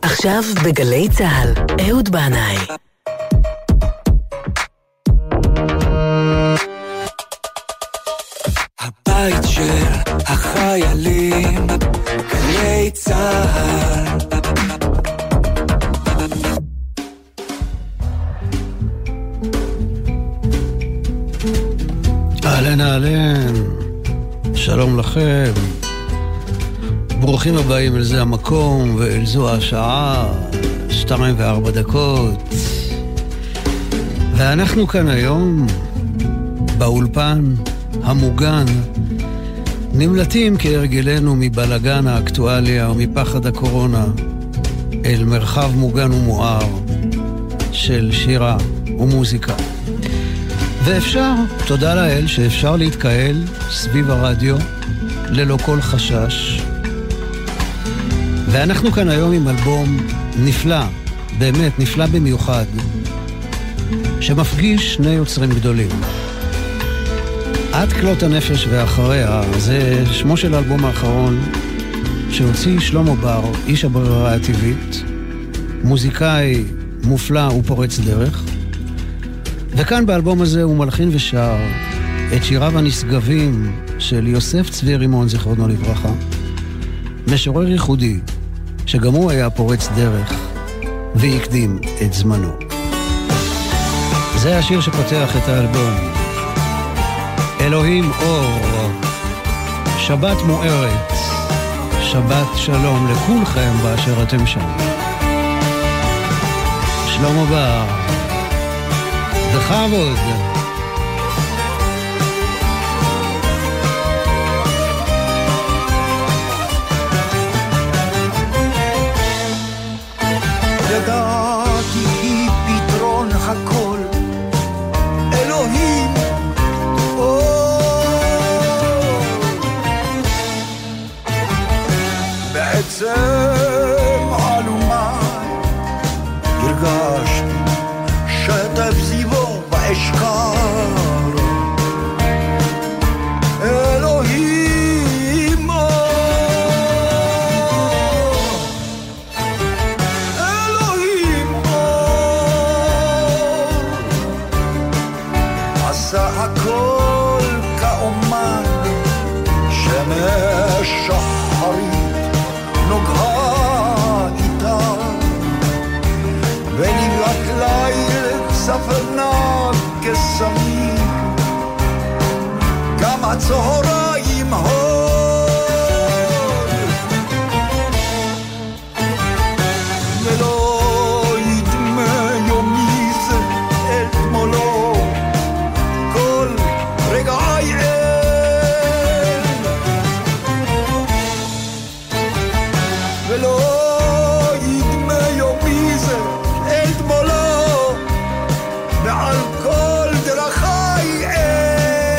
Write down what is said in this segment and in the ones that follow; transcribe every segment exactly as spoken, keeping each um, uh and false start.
עכשיו בגלי צהל, אהוד בנאי. הבית של החיילים, גלי צהל. אהלן אהלן, שלום לכם, ברוכים הבאים אל זה המקום ואל זו השעה, שתיים וארבע דקות, ואנחנו כאן היום באולפן המוגן, נמלטים כהרגלנו מבלגן האקטואליה ומפחד הקורונה אל מרחב מוגן ומואר של שירה ומוזיקה. ואפשר, תודה לאל, שאפשר להתקהל סביב הרדיו ללא כל חשש. ואנחנו כאן היום עם אלבום נפלא, באמת נפלא במיוחד, שמפגיש שני יוצרים גדולים. עד כלות הנפש ואחריה, זה שמו של האלבום האחרון שהוציא שלמה בר, איש הברירה הטבעית, מוזיקאי מופלא ופורץ דרך. וכאן באלבום הזה הוא מלחין ושר את שיריו הנשגבים של יוסף צבי רימון, זכרונו לברכה, משורר ייחודי שגם הוא היה פורץ דרך והקדים את זמנו. זה השיר שפותח את האלבום, אלוהים אור. שבת מוארת, שבת שלום לכולכם באשר אתם שם. שלמה בר, בכבוד. ידעתי היא פתרון הכל, אלוהים אור. בעצם עלומה הרגשתי שטף זיוו באשכר. אלוהים אור, אלוהים אור, עשה הכל כאומן, שמש שחרית נוגעה איתה, ונבלט ליל ספרנה כסמים, גם הצהריים הוד, ולא ידמה יומי זה אל תמולו, כל רגעי אין, ולא ידמה יומי זה אל תמולו, ועל כל דרכי אין.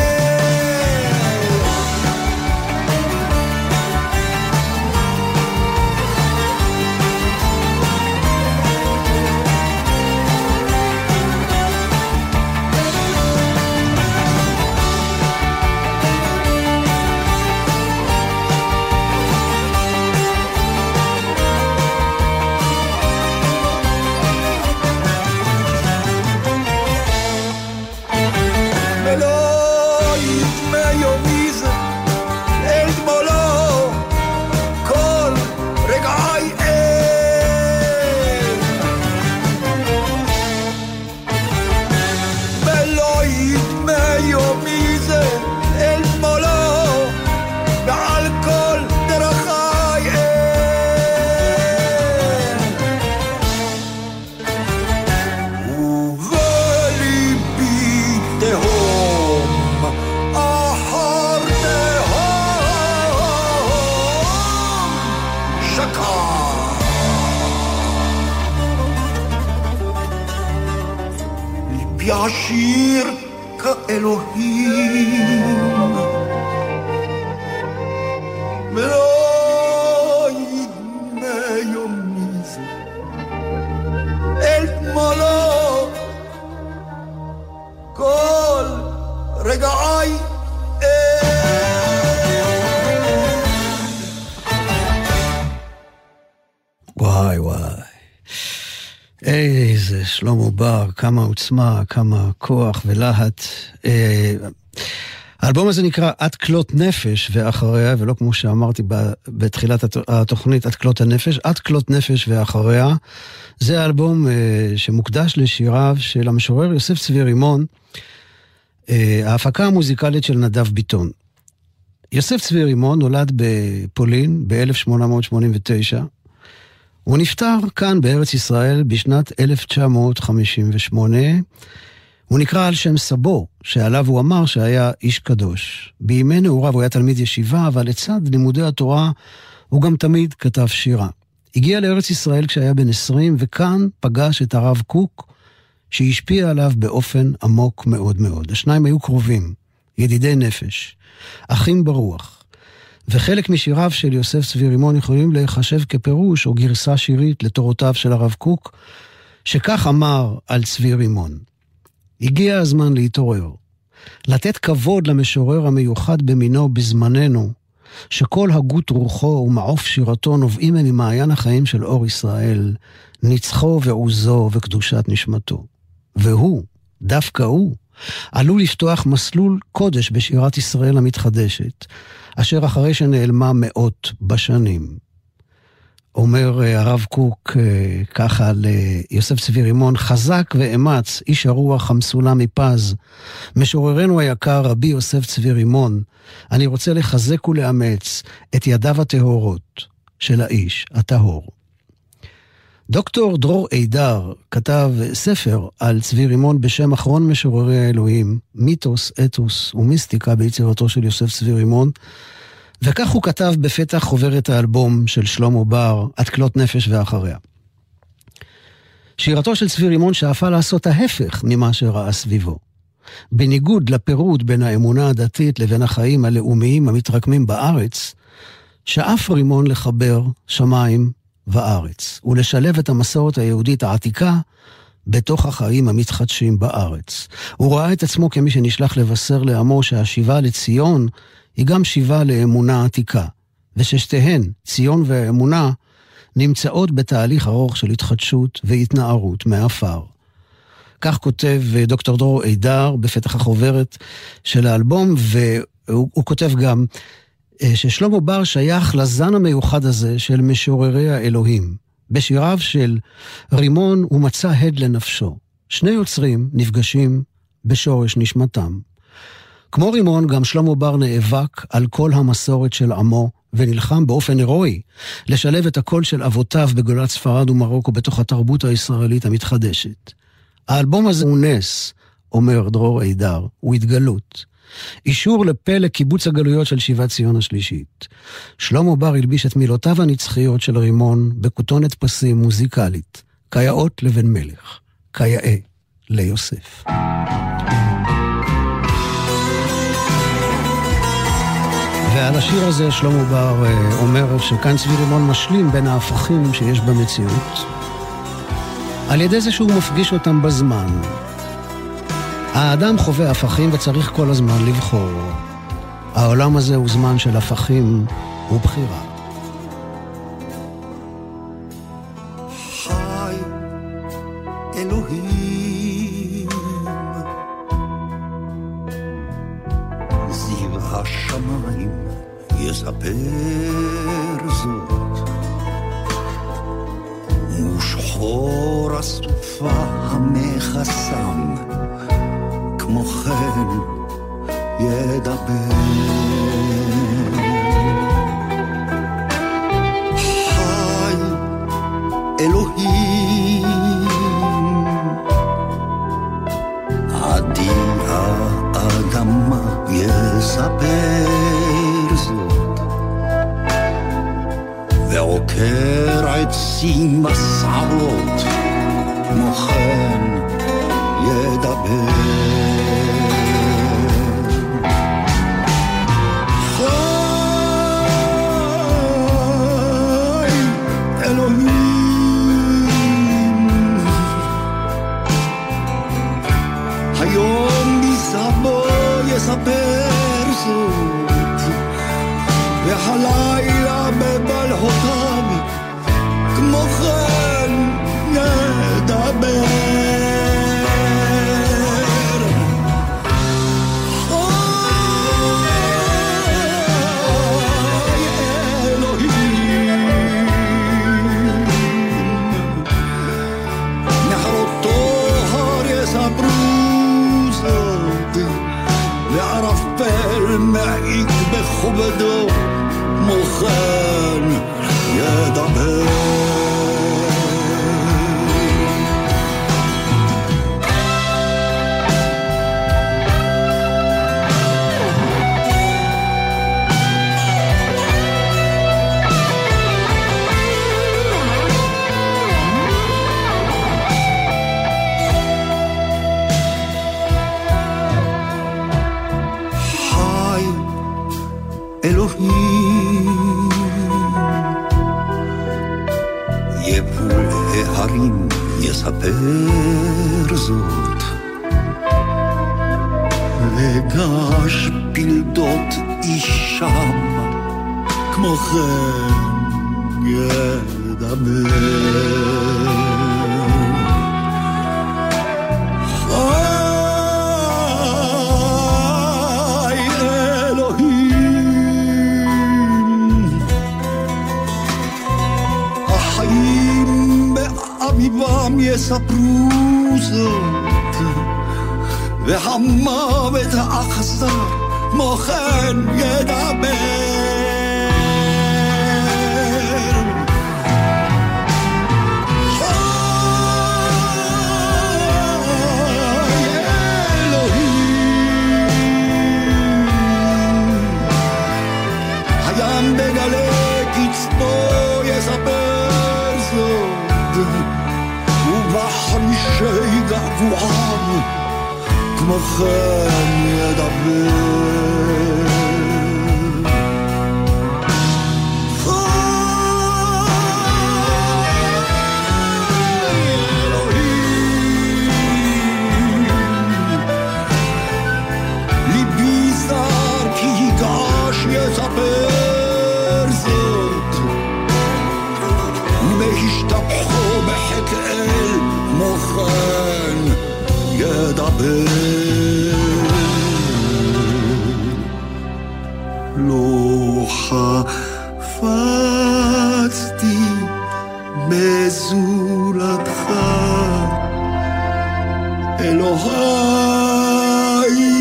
ישיר כאלוהים, ולא ידמה יומי זה אל תמולו, כל רגעי וואי וואי. איזה שלמה בר, כמה עוצמה, כמה כוח ולהט. האלבום הזה נקרא עד כלות נפש ואחריה, ולא כמו שאמרתי בתחילת התוכנית, עד כלות הנפש, עד כלות נפש ואחריה. זה האלבום שמוקדש לשיריו של המשורר יוסף צבי רימון, ההפקה המוזיקלית של נדב ביטון. יוסף צבי רימון נולד בפולין ב-אלף שמונה מאות שמונים ותשע, הוא נפטר כאן בארץ ישראל בשנת אלף תשע מאות חמישים ושמונה, הוא נקרא על שם סבו, שעליו הוא אמר שהיה איש קדוש. בימי נעוריו הוא היה תלמיד ישיבה, אבל לצד לימודי התורה הוא גם תמיד כתב שירה. הגיע לארץ ישראל כשהיה בן עשרים, וכאן פגש את הרב קוק, שהשפיע עליו באופן עמוק מאוד מאוד. השניים היו קרובים, ידידי נפש, אחים ברוח. וחלק משיריו של יוסף צבי רימון יכולים להיחשב כפירוש או גרסה שירית לתורותיו של הרב קוק, שכך אמר על צבי רימון: הגיע הזמן להתעורר, לתת כבוד למשורר המיוחד במינו בזמננו, שכל הגות רוחו ומעוף שירתו נובעים ממעיין החיים של אור ישראל, נצחו ועוזו וקדושת נשמתו. והוא, דווקא הוא, עלול לפתוח מסלול קודש בשירת ישראל המתחדשת, אשר אחרי שנעלמה מאות בשנים. אומר הרב קוק ככה ליוסף צבי רימון: חזק ואמץ איש הרוח המסולה מפז, משוררנו היקר רבי יוסף צבי רימון, אני רוצה לחזק ולאמץ את ידיו הטהורות של האיש הטהור. דוקטור דרור אידר כתב ספר על צבי רימון בשם אחרון משוררי האלוהים, מיתוס, אתוס ומיסטיקה ביצירתו של יוסף צבי רימון, וכך הוא כתב בפתח חוברת האלבום של שלמה בר, עד כלות נפש ואחריה. שירתו של צבי רימון שאפה לעשות ההפך ממה שראה סביבו. בניגוד לפירוד בין האמונה הדתית לבין החיים הלאומיים המתרקמים בארץ, שאף רימון לחבר שמיים וארץ, ולשלב את המסורת היהודית העתיקה בתוך החיים המתחדשים בארץ. הוא ראה את עצמו כמי שנשלח לבשר לעמו שהשיבה לציון היא גם שיבה לאמונה עתיקה, וששתיהן, ציון והאמונה, נמצאות בתהליך ארוך של התחדשות והתנערות מאפר. כך כותב דוקטור דרור אידר בפתח החוברת של האלבום, והוא כותב גם ששלמה בר שייך לזן המיוחד הזה של משוררי האלוהים. בשיריו של רימון הוא מצא הד לנפשו. שני יוצרים נפגשים בשורש נשמתם. כמו רימון, גם שלמה בר נאבק על כל המסורת של עמו, ונלחם באופן הירואי לשלב את הקול של אבותיו בגולת ספרד ומרוקו בתוך התרבות הישראלית המתחדשת. האלבום הזה הוא נס, אומר דרור אידר, הוא התגלות. אישור לפלא קיבוץ הגלויות של שיבת ציון השלישית. שלמה בר הלביש את מילותיו הנצחיות של רימון בכותונת פסים מוזיקלית, כיאות לבן מלך, כיאה ליוסף. ועל השיר הזה שלמה בר אומר שכאן צבי רימון משלים בין ההפכים שיש במציאות, על ידי זה שהוא מפגיש אותם בזמן. האדם חווה הפכים וצריך כל הזמן לבחור. העולם הזה הוא זמן של הפכים ובחירה. חי אלוהים, זיו השמיים יספר זאת, ושחור הסופה המחסם כמו כן ידבר. חי אלוהים, עדי האדמה יספר זאת, ועוקר עצים מסערות כמו כן ידבר. היום מסבו יספר זאת, והלילה בבלהותיו כמו יבול ההרים יספר זאת, וגש פלדות אישם כמו כן ידבר. אביבם יספרו זאת, והמוות האכזר כמו כן ידבר. הים בגלי קצפו יספר זאת, ובחרישי געגועם כמו כן ידבר. ליבי זר כי ייגש יספר זאת, ומהשתפכו בחקאל מוכן ידבר. לא חפצתי בזולתך אלוהי,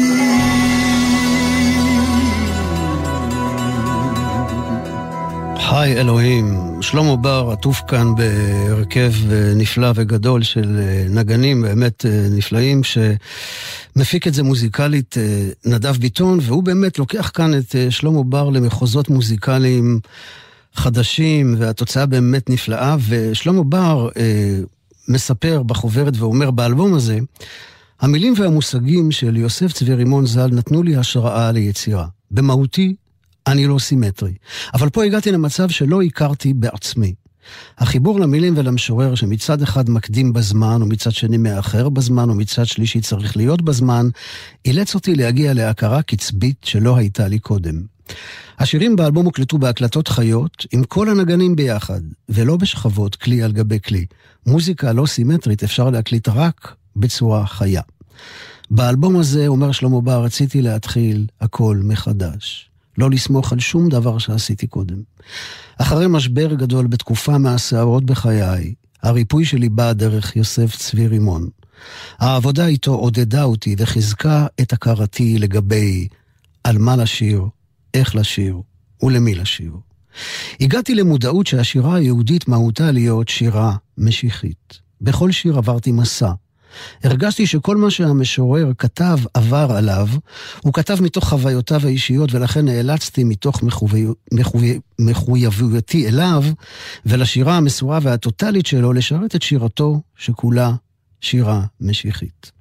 חי אלוהים. שלמה בר עטוף כאן בהרכב נפלא וגדול של נגנים באמת נפלאים, שמפיק את זה מוזיקלית נדב ביטון, והוא באמת לוקח כאן את שלמה בר למחוזות מוזיקליים חדשים, והתוצאה באמת נפלאה. ושלמה בר מספר בחוברת ואומר באלבום הזה, המילים והמושגים של יוסף צבי רימון ז"ל נתנו לי השראה ליצירה. במהותי אני לא סימטרי, אבל פה הגעתי למצב שלא הכרתי בעצמי. החיבור למילים ולמשורר שמצד אחד מקדים בזמן, ומצד שני מאחר בזמן, ומצד שלישי צריך להיות בזמן, אילץ אותי להגיע להכרה קצבית שלא הייתה לי קודם. השירים באלבום הוקלטו בהקלטות חיות, עם כל הנגנים ביחד, ולא בשכבות כלי על גבי כלי. מוזיקה לא סימטרית אפשר להקליט רק בצורה חיה. באלבום הזה, אומר שלמה בר, רציתי להתחיל הכל מחדש. לא לסמוך על שום דבר שעשיתי קודם. אחרי משבר גדול בתקופה מהסערות בחיי, הריפוי שלי בא דרך יוסף צבי רימון. העבודה איתו עודדה אותי וחיזקה את הכרתי לגבי על מה לשיר, איך לשיר ולמי לשיר. הגעתי למודעות שהשירה היהודית מהותה להיות שירה משיחית. בכל שיר עברתי מסע. הרגשתי שכל מה שהמשורר כתב עבר עליו, הוא כתב מתוך חוויותיו האישיות, ולכן נאלצתי מתוך מחווי... מחווי... מחויבויותי אליו, ולשירה המסורה והטוטלית שלו, לשרת את שירתו שכולה שירה משיחית.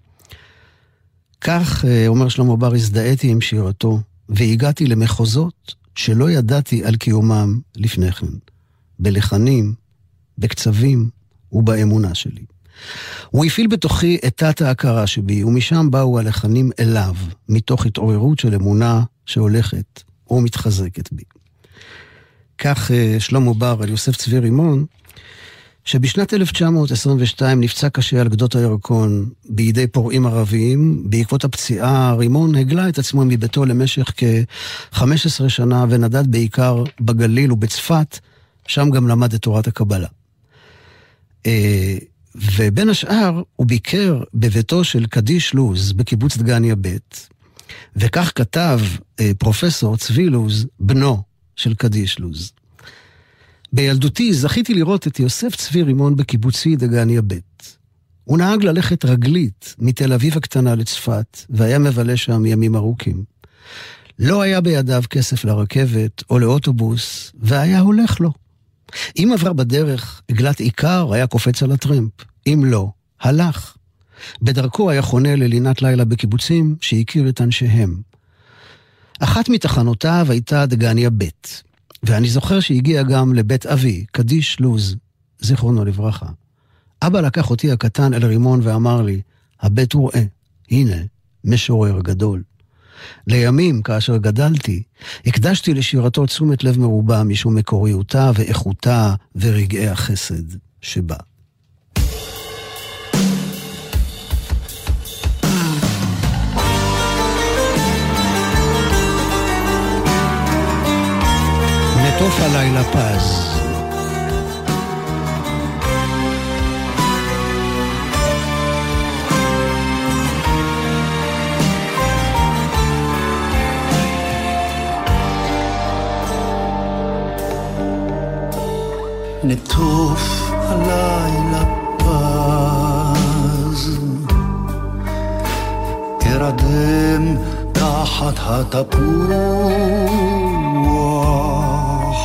כך, אומר שלמה בר, הזדהיתי עם שירתו, והגעתי למחוזות שלא ידעתי על קיומם לפני כן, בלחנים, בקצבים ובאמונה שלי. הוא הפעיל בתוכי את תת ההכרה שבי, ומשם באו הלחנים אליו, מתוך התעוררות של אמונה שהולכת ומתחזקת בי. כך שלמה בר על יוסף צבי רימון, שבשנת אלף תשע מאות עשרים ושתיים נפצע קשה על גדות הירקון בידי פורעים ערביים. בעקבות הפציעה רימון הגלה את עצמו מביתו למשך כ-חמש עשרה שנה, ונדד בעיקר בגליל ובצפת, שם גם למד את תורת הקבלה. ובין השאר הוא ביקר בביתו של קדיש לוז בקיבוץ דגניה ב', וכך כתב פרופסור צבי לוז, בנו של קדיש לוז. בילדותי זכיתי לראות את יוסף צבי רימון בקיבוצי דגניה ב'. הוא נהג ללכת רגלית מתל אביב הקטנה לצפת, והיה מבלה שם ימים ארוכים. לא היה בידיו כסף לרכבת או לאוטובוס, והיה הולך לו. אם עבר בדרך עגלת עיקר, היה קופץ על הטרמפ. אם לא, הלך. בדרכו היה חונה ללינת לילה בקיבוצים שהכיר את אנשיהם. אחת מתחנותיו הייתה דגניה ב', ואני זוכר שהגיע גם לבית אבי, קדיש לוז, זיכרונו לברכה. אבא לקח אותי הקטן אל רימון ואמר לי, הבית וראה, הנה, משורר גדול. לימים, כאשר גדלתי, הקדשתי לשירתו תשומת לב מרובה משום מקוריותה ואיכותה ורגעי החסד שבה. נטוף הלילה פז. נטוף הלילה פז, תרדם תחת התפוח,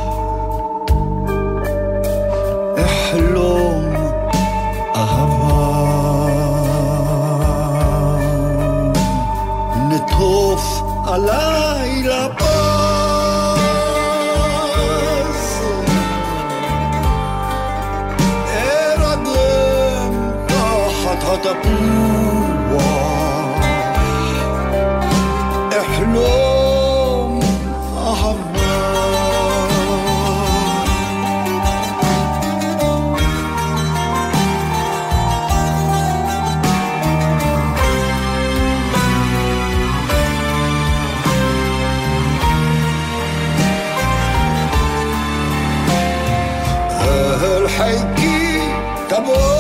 אחלום אהבה. נטוף הלילה פז, התפוח, אחלום אהבה. אל חייקי תבוא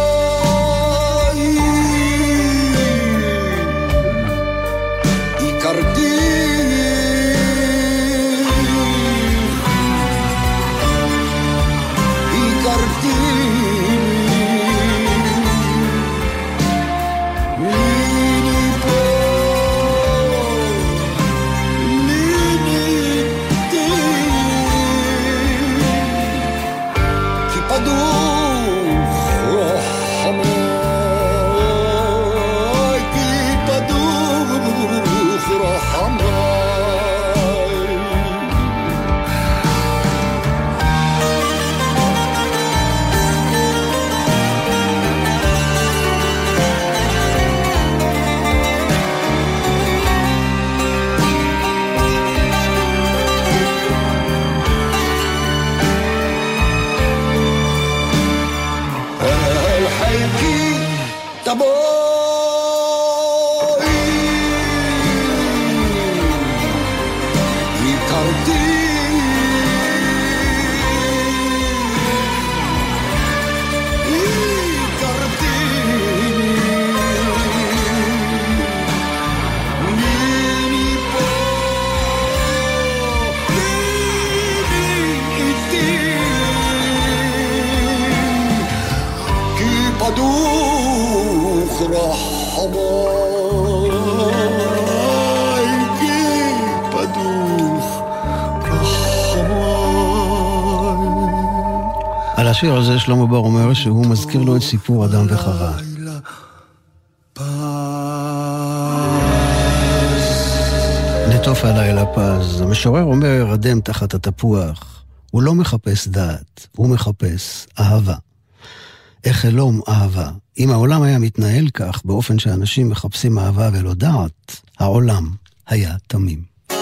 על השיר הזה שלמה בר אומר שהוא מזכיר לו את סיפור אדם וחווה. נטוף הלילה פז. המשורר אומר, רדם תחת התפוח. הוא לא מחפש דעת, הוא מחפש אהבה. אחלום אהבה. אם העולם היה מתנהל כך, באופן שאנשים מחפשים אהבה ולא דעת, העולם היה תמים.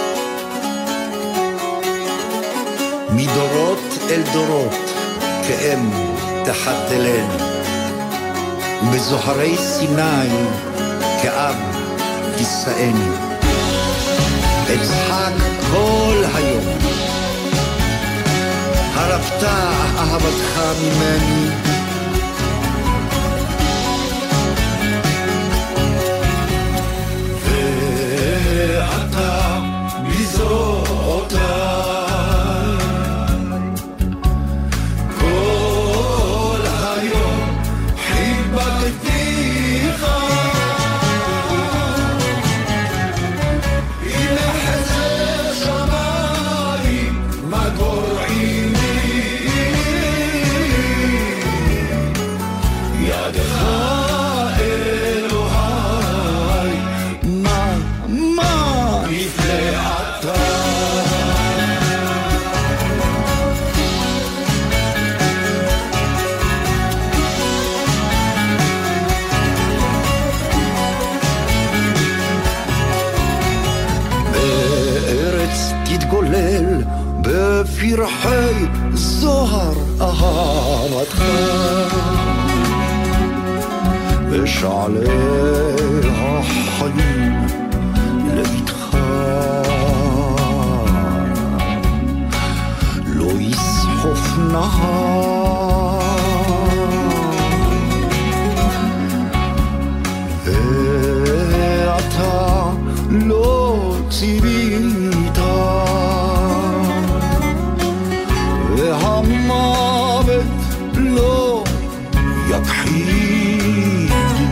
מדורות אל דורות, כאם תחתלן, ובזוהרי סיני, כאב תישאני. אצחק כל היום, הרפת אהבתך ממני, ואתה מזרועותיי, כל היום חיבקתיך, אם החזר שמיים מה גורעים לי, אהבתך ושעלי החיים לאיתך לא יסחוף נהר ואתה לא ציווית והמוות לא יכחיד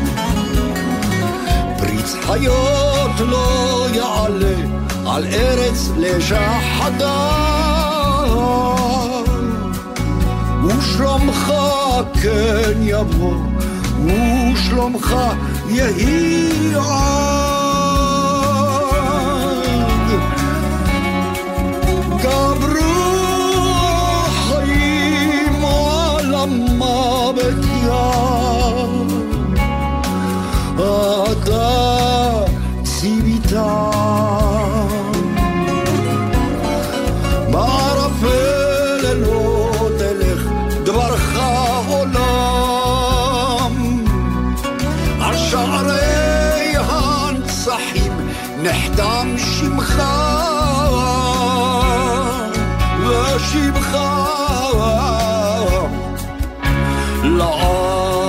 פריץ חיות לא יעלה על ארץ לשחדה ושלומך כן יבוא ושלומך יהי עד גברו החיים על המוות יד אתה ציווית בערפל לא תלך דברך עולם על שערי הנצחים נחתם שמך ושמך לעד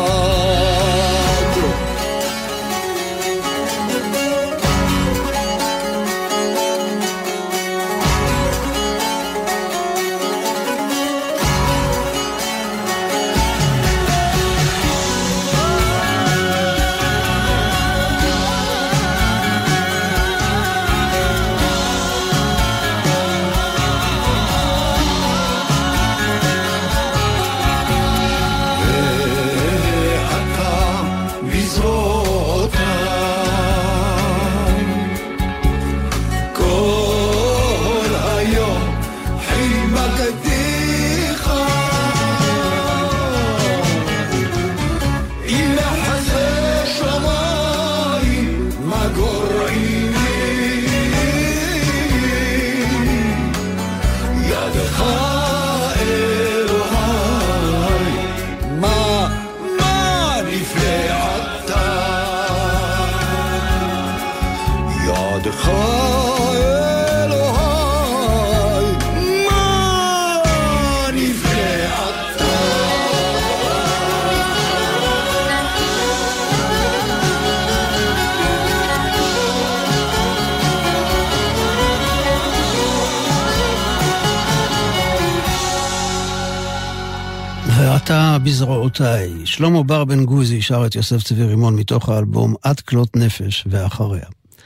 ואתה בזרועותיי. שלמה בר בן גוזי שר את יוסף צבי רימון מתוך האלבום עד כלות נפש ואחריה.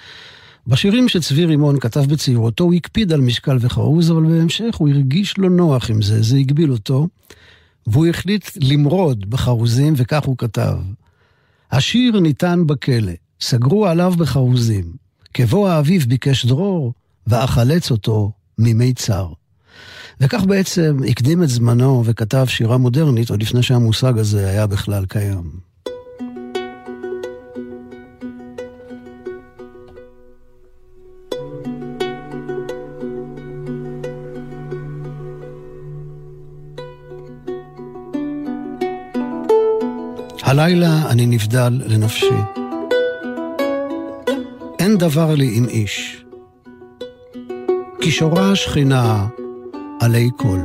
בשירים שצבי רימון כתב בצעירותו הוא הקפיד על משקל וחרוז, אבל בהמשך הוא הרגיש לא נוח עם זה, זה הגביל אותו, והוא החליט למרוד בחרוזים, וכך הוא כתב: השיר ניתן בכלא, סגרו עליו בחרוזים, כבוא האביב ביקש דרור, ואחלץ אותו ממיצר. וכך בעצם הקדים את זמנו וכתב שירה מודרנית עוד לפני שהמושג הזה היה בכלל קיים. הלילה אני נבדל לנפשי, אין דבר לי עם איש, כי שורה השכינה עלי כל,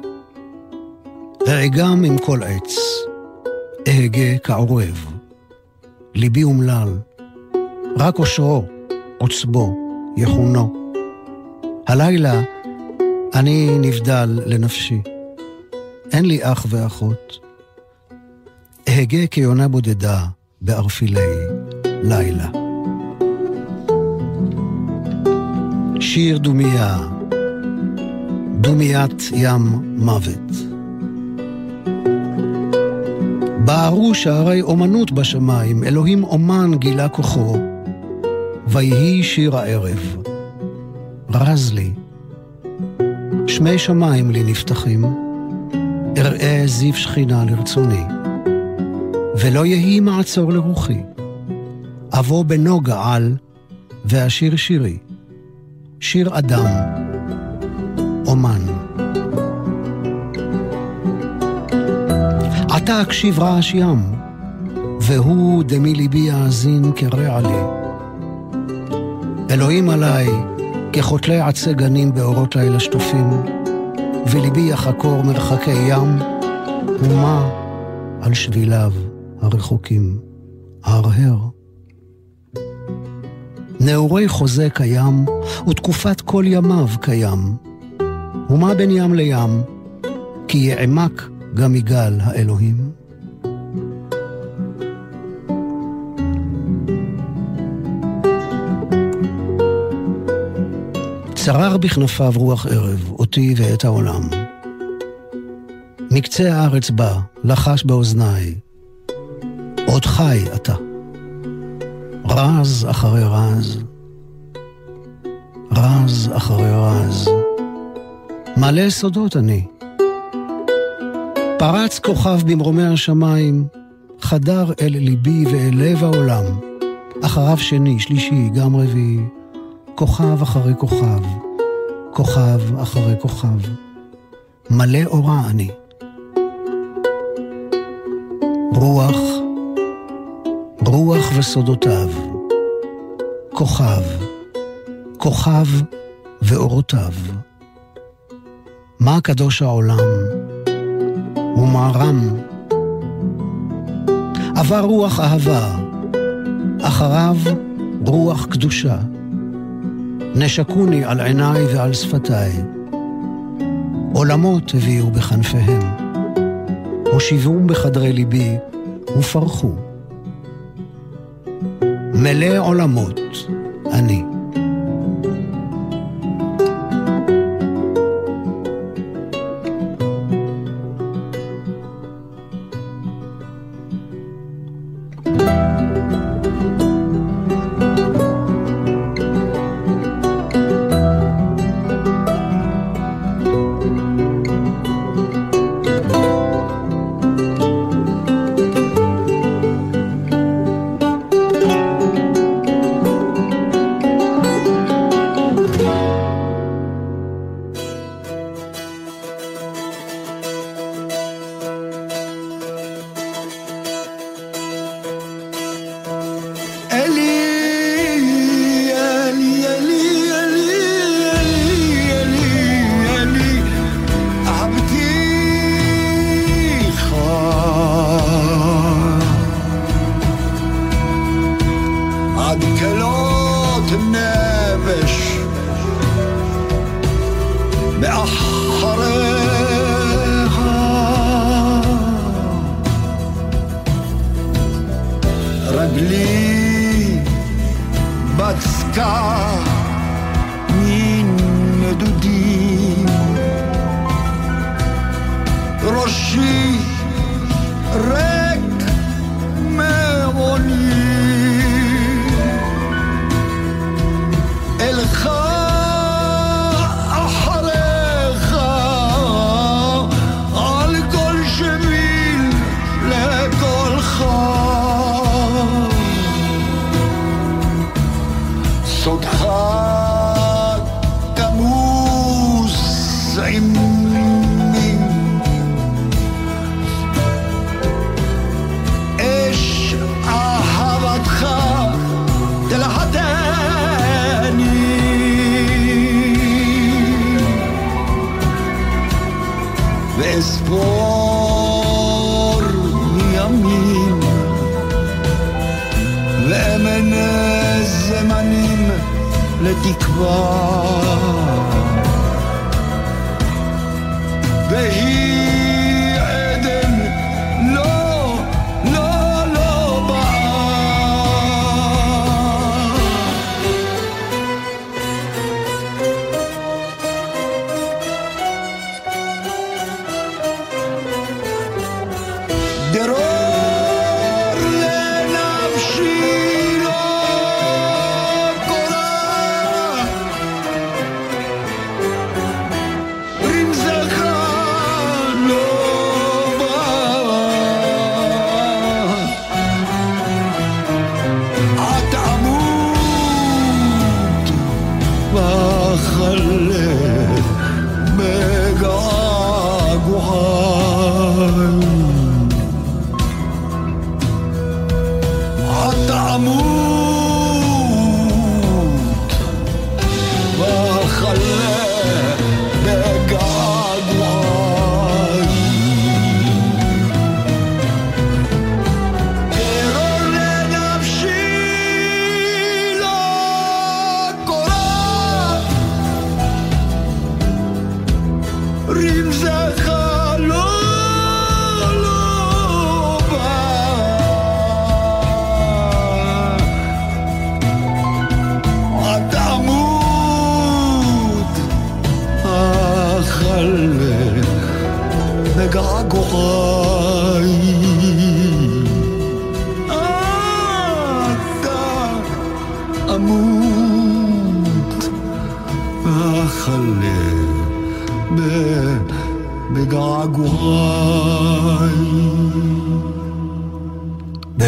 אאגם עם כל עץ, אהגה כעורב, ליבי אומלל, רק אושרו, עוצבו, יחונו. הלילה אני נבדל לנפשי, אין לי אח ואחות, אהגה כיונה בודדה בערפילי לילה. שיר דומיה, דומיית ים מוות. בערו שערי אומנות בשמיים, אלוהים אומן גילה כוחו, ויהי שיר הערב. רז לי, שמי שמיים לי נפתחים, אראה זיו שכינה לרצוני, ולא יהי מעצור לרוחי, אבוא בנוגע על, והשיר שירי, שיר אדם, אומן. עתה אקשיב רעש ים, והוא דמי ליבי יאזין כרע לי. אלוהים עליי, כחותלי עצי גנים באורות לילה שטופים, וליבי יחקור מרחקי ים, ומה על שביליו הרחוקים, הרהר. נעורי חוזה קיים, ותקופת כל ימיו קיים, ומה בין ים לים, כי יעמק גם יגאל האלוהים. צרר בכנפיו רוח ערב, אותי ואת העולם. מקצה הארץ בא, לחש באוזניי, עוד חי אתה. רז אחרי רז, רז אחרי רז, מלא סודות אני. פרץ כוכב במרומי השמיים, חדר אל ליבי ואל לב העולם, אחריו שני, שלישי, גם רביעי, כוכב אחרי כוכב, כוכב אחרי כוכב, מלא אורה אני. רוח, רוח וסודותיו, כוכב, כוכב ואורותיו. מה קדוש העולם ומה רם. עבר רוח אהבה, אחריו רוח קדושה. נשקוני על עיניי ועל שפתיי, עולמות הביאו בכנפיהם, הושיבום בחדרי ליבי ופרחו. מלא עולמות אני.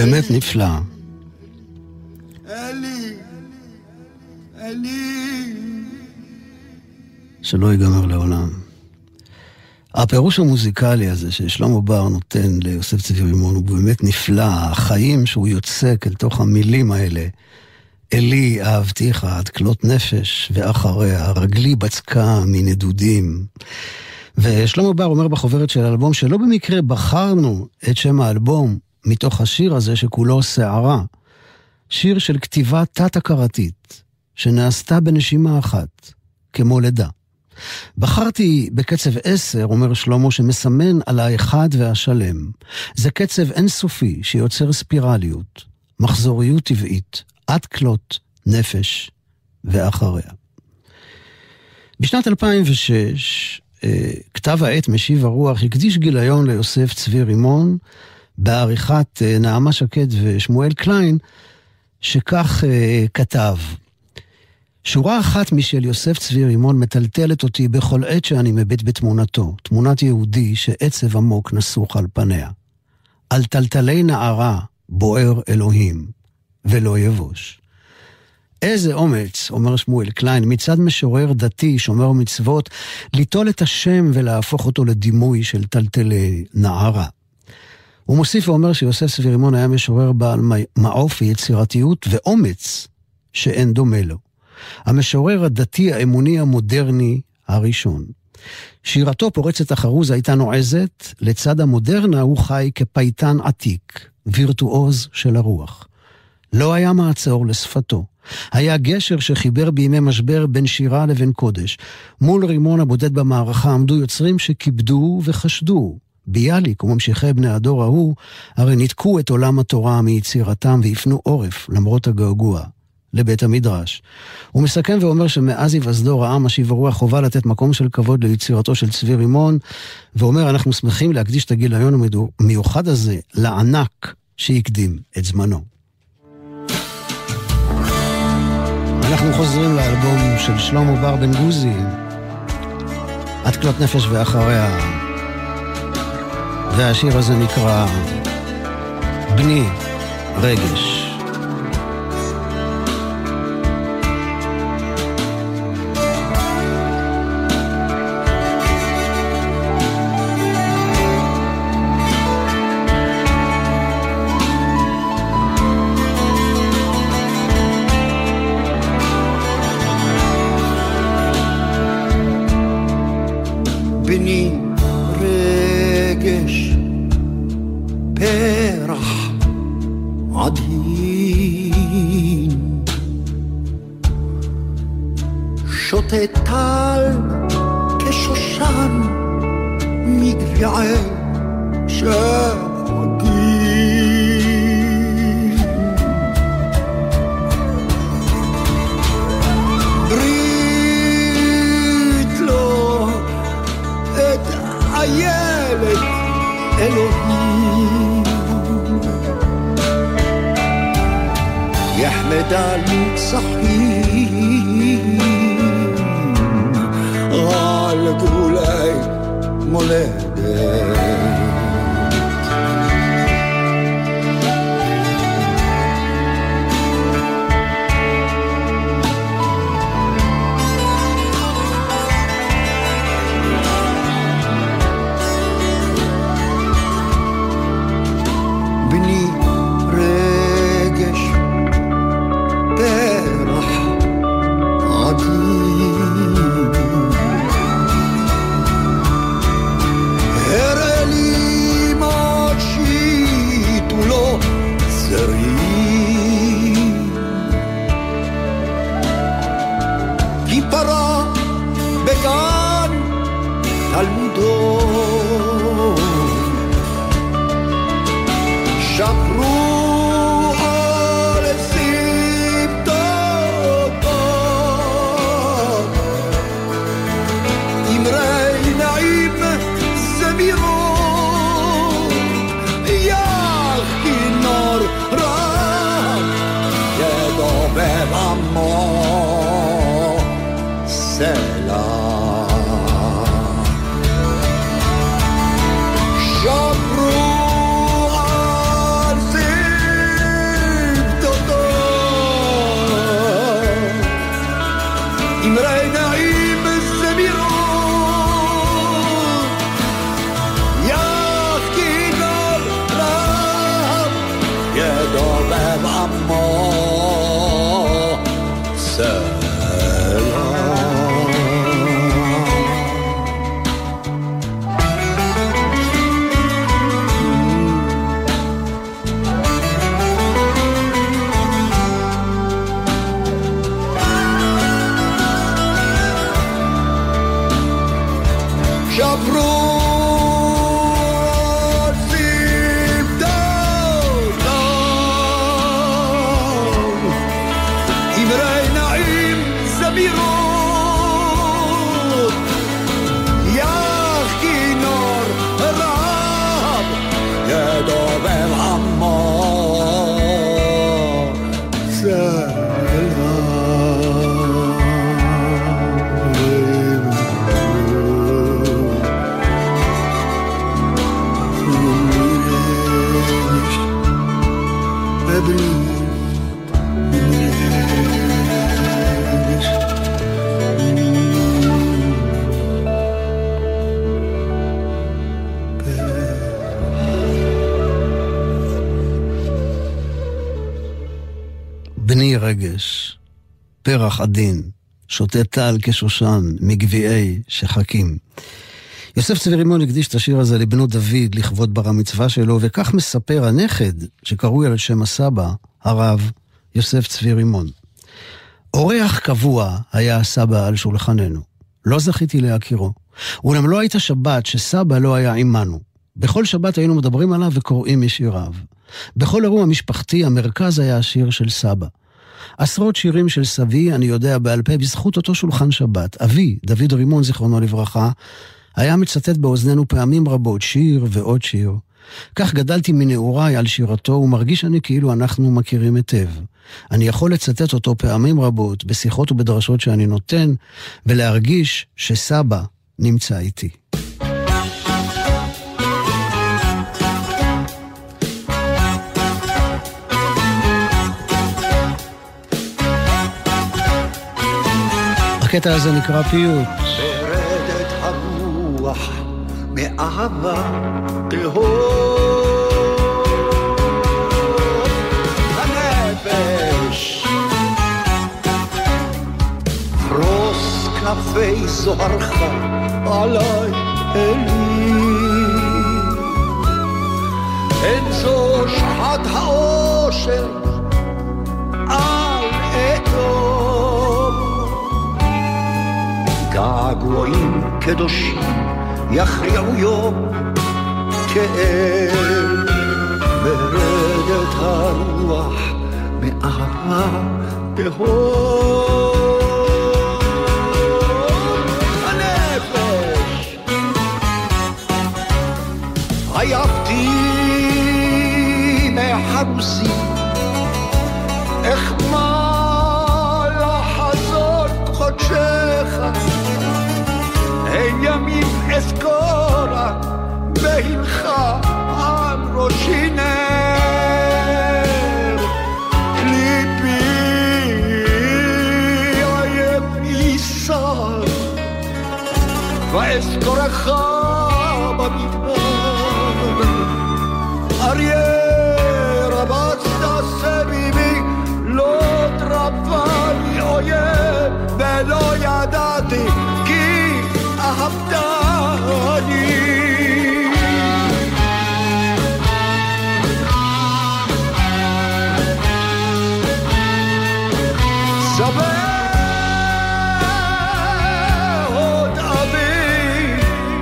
באמת נפלא. אלי, אלי. שלא ייגמר לעולם. הפירוש המוזיקלי הזה ששלמה בר נותן ליוסף צבי רימון הוא באמת נפלא. החיים שהוא יוצק אל תוך המילים האלה. אלי אהבתיך עד כלות נפש ואחריה רגלי בצקה מנדודים. ושלמה בר אומר בחוברת של האלבום שלא במקרה בחרנו את שם האלבום מתוך השיר הזה שכולו שערה. שיר של כתיבה תת-הכרתית שנעשתה בנשימה אחת כמו לידה. בחרתי בקצב עשר, אומר שלמה, שמסמן על האחד והשלם. זה קצב אינסופי שיוצר ספירליות, מחזוריות טבעית, עד כלות נפש ואחריה. בשנת אלפיים ושש, כתב העת משיב הרוח הקדיש גיליון ליוסף צבי רימון, בעריכת נעמה שקד ושמואל קליין, שכך כתב: שורה אחת משל יוסף צבי רימון מטלטלת אותי בכל עת שאני מביט בתמונתו, תמונת יהודי שעצב עמוק נסוך על פניה. על טלטלי נערה בוער אלוהים, ולא יבוש. איזה אומץ, אומר שמואל קליין, מצד משורר דתי, שומר מצוות, ליטול את השם ולהפוך אותו לדימוי של טלטלי נערה. הוא מוסיף ואומר שיוסף צבי רימון היה משורר בעל מעוף ויצירתיות ואומץ שאין דומה לו. המשורר הדתי האמוני המודרני הראשון. שירתו פורצת החרוז הייתה נועזת, לצד המודרנה הוא חי כפייטן עתיק, וירטואוז של הרוח. לא היה מעצור לשפתו. היה גשר שחיבר בימי משבר בין שירה לבין קודש. מול רימון הבודד במערכה עמדו יוצרים שכיבדו וחשדו. ביאליק וממשיכי בני הדור ההוא הרי ניתקו את עולם התורה מיצירתם והפנו עורף למרות הגעגוע לבית המדרש. הוא מסכם ואומר שמאז היווסדו ראה משיב הרוח חובה לתת מקום של כבוד ליצירתו של צבי רימון, ואומר אנחנו שמחים להקדיש את הגיליון המיוחד הזה לענק שהקדים את זמנו. אנחנו חוזרים לאלבום של שלמה בר בן גוזי, עד כלות נפש ואחריה, והשיר הזה נקרא בני רגש. בני רגש פרח עדין שותה טל כשושן מגביעי שחגים ברית לו את הילד אלוהים יחמד על נצחים על גבולי מולדת Shapru al עמו סלע. שברו בני רגש, פרח עדין, שותה טל כשושן, מגביעי שחקים. יוסף צבי רימון הקדיש את השיר הזה לבנו דוד, לכבוד בר המצווה שלו, וכך מספר הנכד, שקרוי על שם הסבא, הרב יוסף צבי רימון. אורח קבוע היה הסבא על שולחננו. לא זכיתי להכירו. אולם לא הייתה שבת שסבא לא היה עמנו. בכל שבת היינו מדברים עליו וקוראים משיריו. בכל אירוע משפחתי המרכז היה השיר של סבא. עשרות שירים של סבי אני יודע בעל פה בזכות אותו שולחן שבת. אבי, דוד רימון זיכרונו לברכה, היה מצטט באוזנינו פעמים רבות שיר ועוד שיר. כך גדלתי מנעוריי על שירתו ומרגיש אני כאילו אנחנו מכירים היטב. אני יכול לצטט אותו פעמים רבות בשיחות ובדרשות שאני נותן ולהרגיש שסבא נמצא איתי. הקטע הזה נקרא פיוט. ברדת הרוח מאהבה תהום, הנפש פרוס כנפי זוהרך עליי אלי, אין זו שעת האושר על אדום, געגועים קדושים יכריעו יום כאל, ברדת הרוח מאהבה תהום, הנפש עייפתי מחרוסי, איך מה לחזור חודשך, אין ימים אזכורה בהינך על ראשי נר, ליבי עייף ייסר ואזכורך במדבר, אריה רבצת סביבי לא טרפה לי אויב ולא ידעתי כי אהבתני, סבא עוד אבי,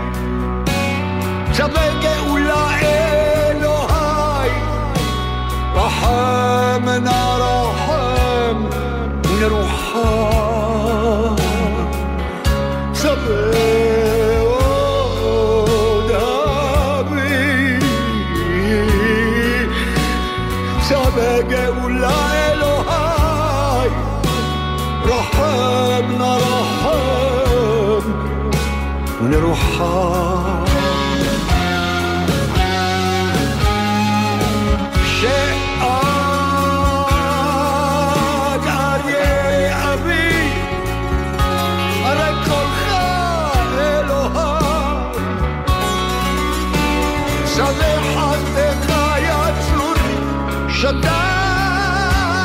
סבא גאולה אלוהי, רחם נא רחם ונרוחם, סבא עוד אבי, סבא גאולה אלוהי, רחם נא רחם ונרוחם, שדך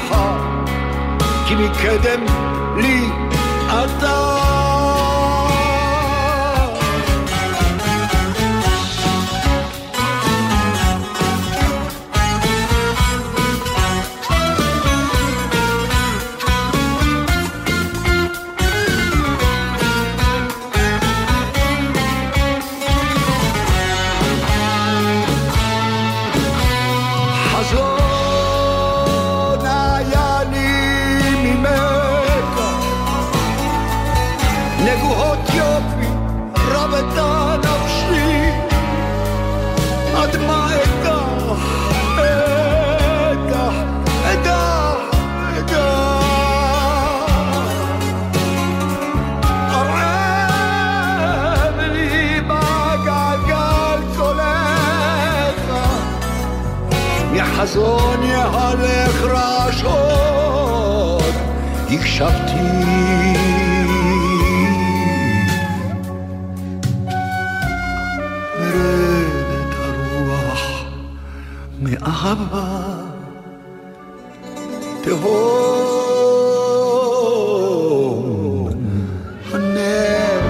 כי מקדם לי אתה. חזון יהלך רעשות הקשבתי מרדת הרוח מאהבה תהום הנפש.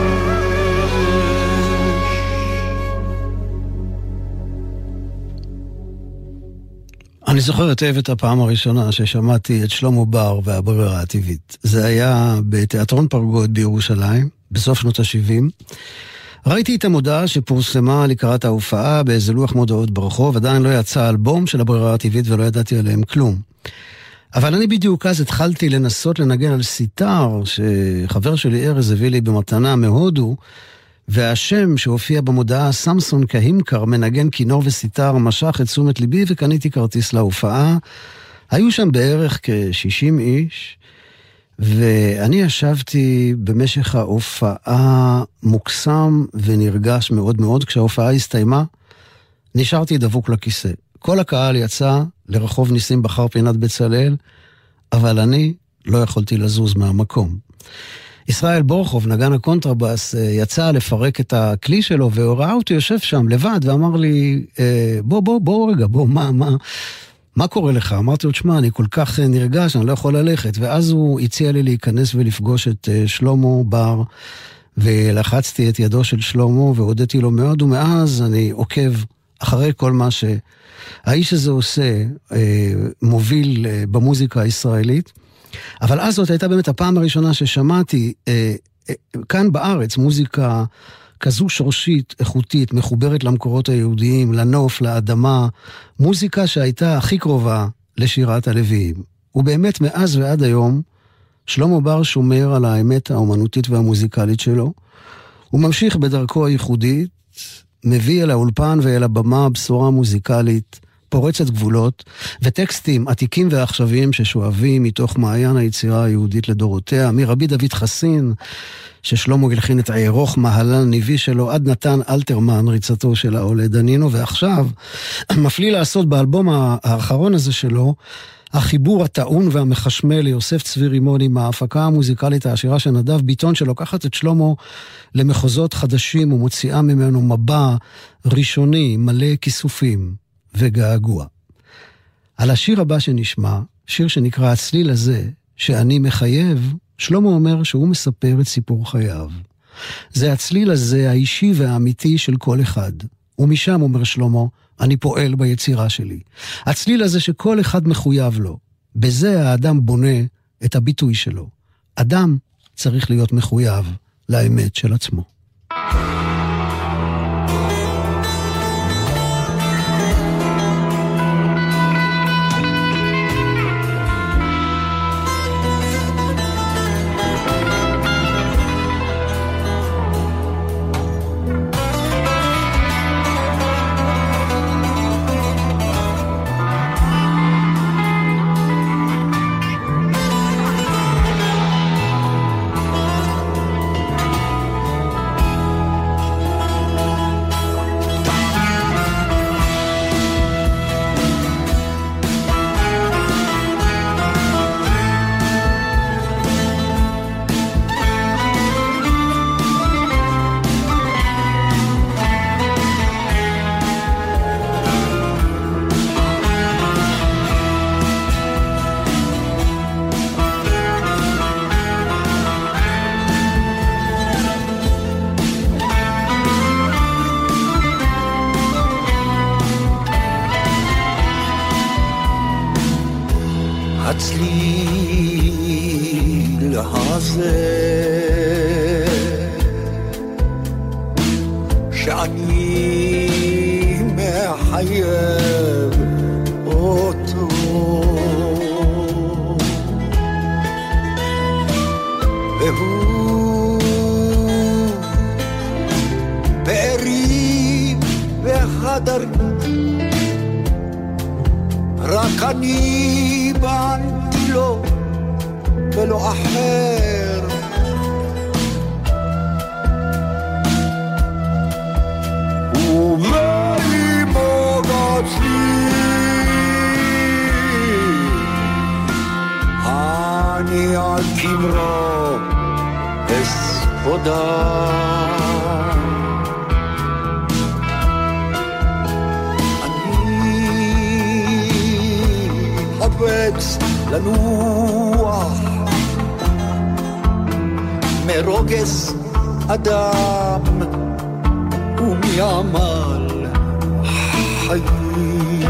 אני זוכר היטב את הפעם הראשונה ששמעתי את שלמה בר והברירה הטבעית. זה היה בתיאטרון פרגוד בירושלים, בסוף שנות ה-שבעים. ראיתי את המודעה שפורסמה לקראת ההופעה באיזה לוח מודעות ברחוב, עדיין לא יצא אלבום של הברירה הטבעית ולא ידעתי עליהם כלום. אבל אני בדיוק אז התחלתי לנסות לנגן על סיטר, שחבר שלי ארז הביא לי במתנה מהודו, והשם שהופיע במודעה סמסון קהימקר מנגן כינור וסיטר משך את תשומת ליבי וקניתי כרטיס להופעה. היו שם בערך כ-שישים איש ואני ישבתי במשך ההופעה מוקסם ונרגש מאוד מאוד. כשההופעה הסתיימה נשארתי דבוק לכיסא. כל הקהל יצא לרחוב ניסים בחר פינת בצלאל, אבל אני לא יכולתי לזוז מהמקום. ישראל בורחוב, נגן הקונטרבאס, יצא לפרק את הכלי שלו, והוא ראה אותי יושב שם לבד, ואמר לי, בוא, בוא, בוא רגע, בוא, מה, מה, מה קורה לך? אמרתי לו, תשמע, אני כל כך נרגש, אני לא יכול ללכת, ואז הוא הציע לי להיכנס ולפגוש את שלמה בר, ולחצתי את ידו של שלמה, והודיתי לו מאוד, ומאז אני עוקב אחרי כל מה שהאיש הזה עושה, מוביל במוזיקה הישראלית, אבל אז זאת הייתה באמת הפעם הראשונה ששמעתי אה, אה, כאן בארץ מוזיקה כזו שורשית, איכותית, מחוברת למקורות היהודיים, לנוף, לאדמה, מוזיקה שהייתה הכי קרובה לשירת הלוויים. ובאמת מאז ועד היום שלמה בר שומר על האמת האומנותית והמוזיקלית שלו, הוא ממשיך בדרכו הייחודית, מביא אל האולפן ואל הבמה בשורה מוזיקלית, פורצת גבולות, וטקסטים עתיקים ועכשוויים ששואבים מתוך מעיין היצירה היהודית לדורותיה, מרבי דוד חסין, ששלמה הלחין את הירוך מהלן ניבי שלו, עד נתן אלתרמן, ריצתו של העולה דנינו, ועכשיו מפליא לעשות באלבום האחרון הזה שלו, החיבור הטעון והמחשמל ליוסף צבי רימון עם ההפקה המוזיקלית העשירה של נדב ביטון, שלוקחת את שלמה למחוזות חדשים ומוציאה ממנו מבע ראשוני מלא כיסופים וגעגוע. על השיר הבא שנשמע, שיר שנקרא הצליל הזה, שאני מחייב, שלמה אומר שהוא מספר את סיפור חייו. זה הצליל הזה האישי והאמיתי של כל אחד. ומשם, אומר שלמה, אני פועל ביצירה שלי. הצליל הזה שכל אחד מחויב לו. בזה האדם בונה את הביטוי שלו. אדם צריך להיות מחויב לאמת של עצמו. הזה שאני מחייב אותו והוא בארי וחדרי רק אני בנתי לו ולא אחר ובלי מוגצלי אני על כמרו אספודה חפץ לנוח מרוגז אדם ומעמל חיים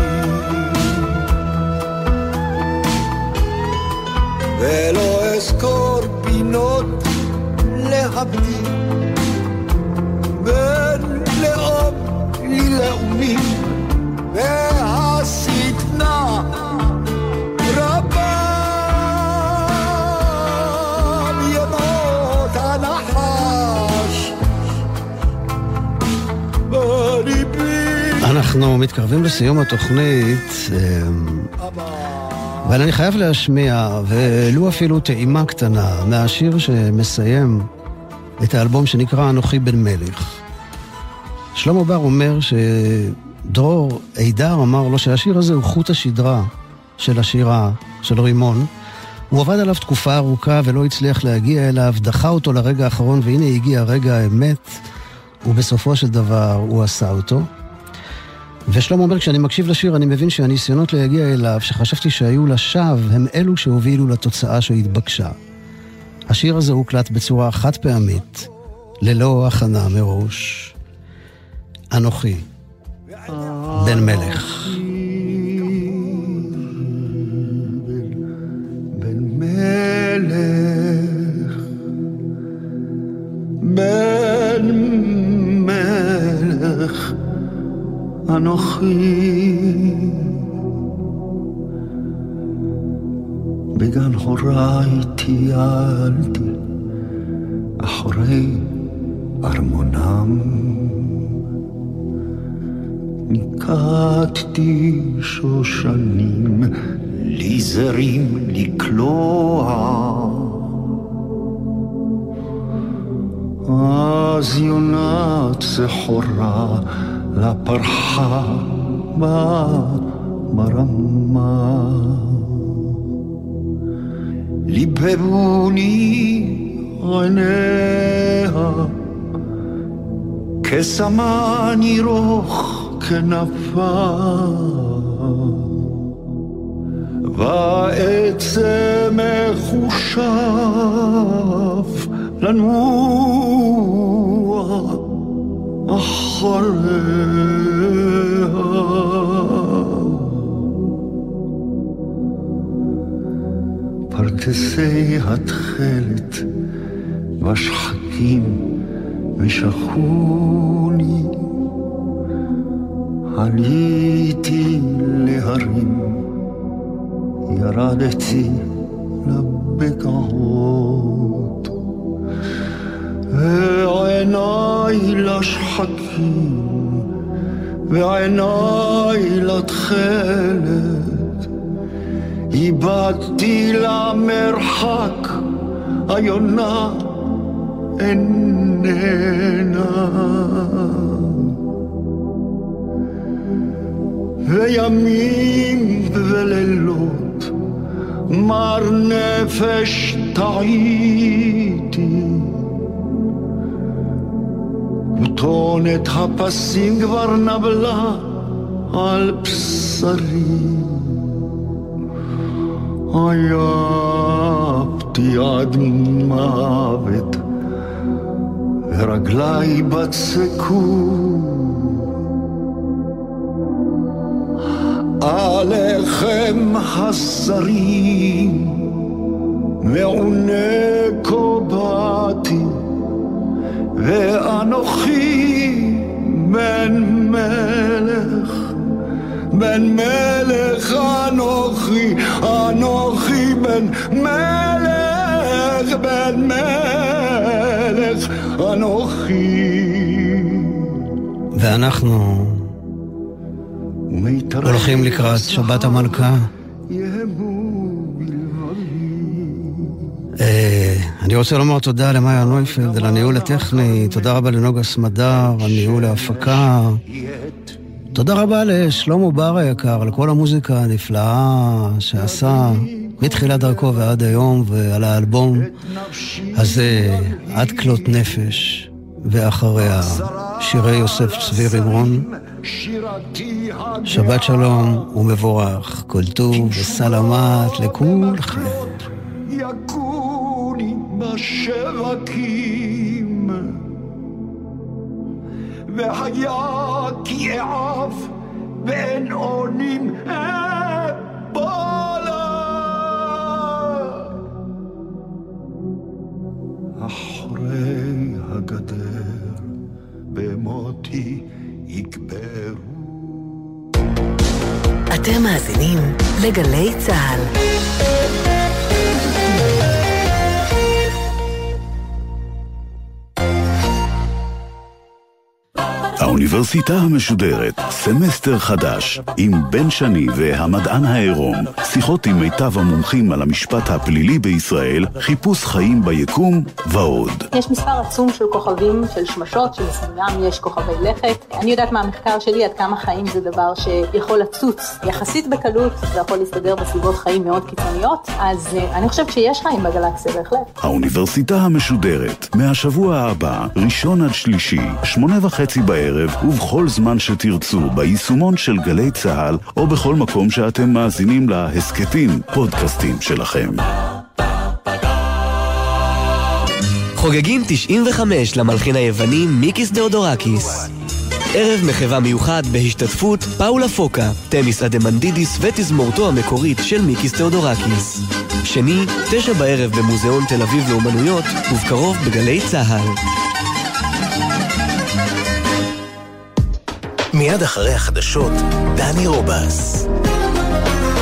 ולא אזכור פינות להבדיל בין לאום ללאומים והשטנה אנחנו מתקרבים לסיום התוכנית אבל אני חייב להשמיע ולו אפילו טעימה קטנה מהשיר שמסיים את האלבום שנקרא אנוכי בן מלך. שלמה בר אומר שדרור אידר אמר לו שהשיר הזה הוא חוט השדרה של השירה של רימון. הוא עבד עליו תקופה ארוכה ולא הצליח להגיע אליו, דחה אותו לרגע האחרון והנה הגיע רגע האמת ובסופו של דבר הוא עשה אותו. ושלמה אומר, כשאני מקשיב לשיר אני מבין שהניסיונות להגיע אליו שחשבתי שהיו לשווא הם אלו שהובילו לתוצאה שהתבקשה. השיר הזה הוקלט בצורה חד פעמית ללא הכנה מראש. אנוכי בן מלך. בן מלך בן מלך אנוכי בגן הוריי טיילתי אחורי ארמונם ניקטתי שושנים לי זרים לקלוע אז יונת זכורה לפרחה ברמה ליבבוני עיניה כסמן ירוך כנפה ועצה מחושב לנוע אחריה פרדסי התכלת בשחקים ושכוני עליתי להרים ירדתי לבקעות ועיניי לשחקים ועיניי לתכלת איבדתי למרחק היונה איננה וימים ולילות מר נפש טעיתי כתונת הפסים כבר נבלה על בשרי עייפתי עד מוות ורגלי בצקו עליכם השרים מעונה קובעתי ואנוכי בן מלך בן מלך אנוכי אנוכי בן מלך בן מלך אנוכי ואנחנו הולכים לקראת שבת המלכה. אני רוצה לומר תודה למאיה נויפלד על הניהול הטכני, תודה רבה לנוגה סמדר על ניהול ההפקה, תודה רבה לשלמה בר היקר על כל המוזיקה הנפלאה שעשה מתחילת דרכו ועד היום, ועל האלבום הזה עד כלות נפש ואחריה שירי יוסף צבי רימון. שבת שלום ומבורך, כל טוב וסלמת לכולכם. יקוני בשרקים והיה כי אעב ואין עונים אפולה אחרי הגדר במותי יקברו. אתם מאזינים לגלי צהל. האוניברסיטה המשודרת, סמסטר חדש, עם בן שני והמדען העירום, שיחות עם מיטב המומחים על המשפט הפלילי בישראל, חיפוש חיים ביקום ועוד. יש מספר עצום של כוכבים, של שמשות, שמסביבם יש כוכבי לכת. אני יודעת מהמחקר שלי עד כמה חיים זה דבר שיכול לצוץ יחסית בקלות, ויכול להסתדר בסביבות חיים מאוד קיצוניות, אז אני חושבת שיש חיים בגלקסיה בהחלט. האוניברסיטה המשודרת, מהשבוע הבא, ראשון עד שלישי, שמונה וחצי בערב, ובכל זמן שתרצו, ביישומון של גלי צהל, או בכל מקום שאתם מאזינים להסקטים, פודקאסטים שלכם. חוגגים תשעים וחמש למלחין היווני מיקיס תאודורקיס. ערב מחווה מיוחד בהשתתפות פאולה פוקה, תמיס אדמנדידיס ותזמורתו המקורית של מיקיס תאודורקיס. שני, תשע בערב במוזיאון תל אביב לאומנויות, ובקרוב בגלי צהל. מיד אחרי החדשות, דני רובס.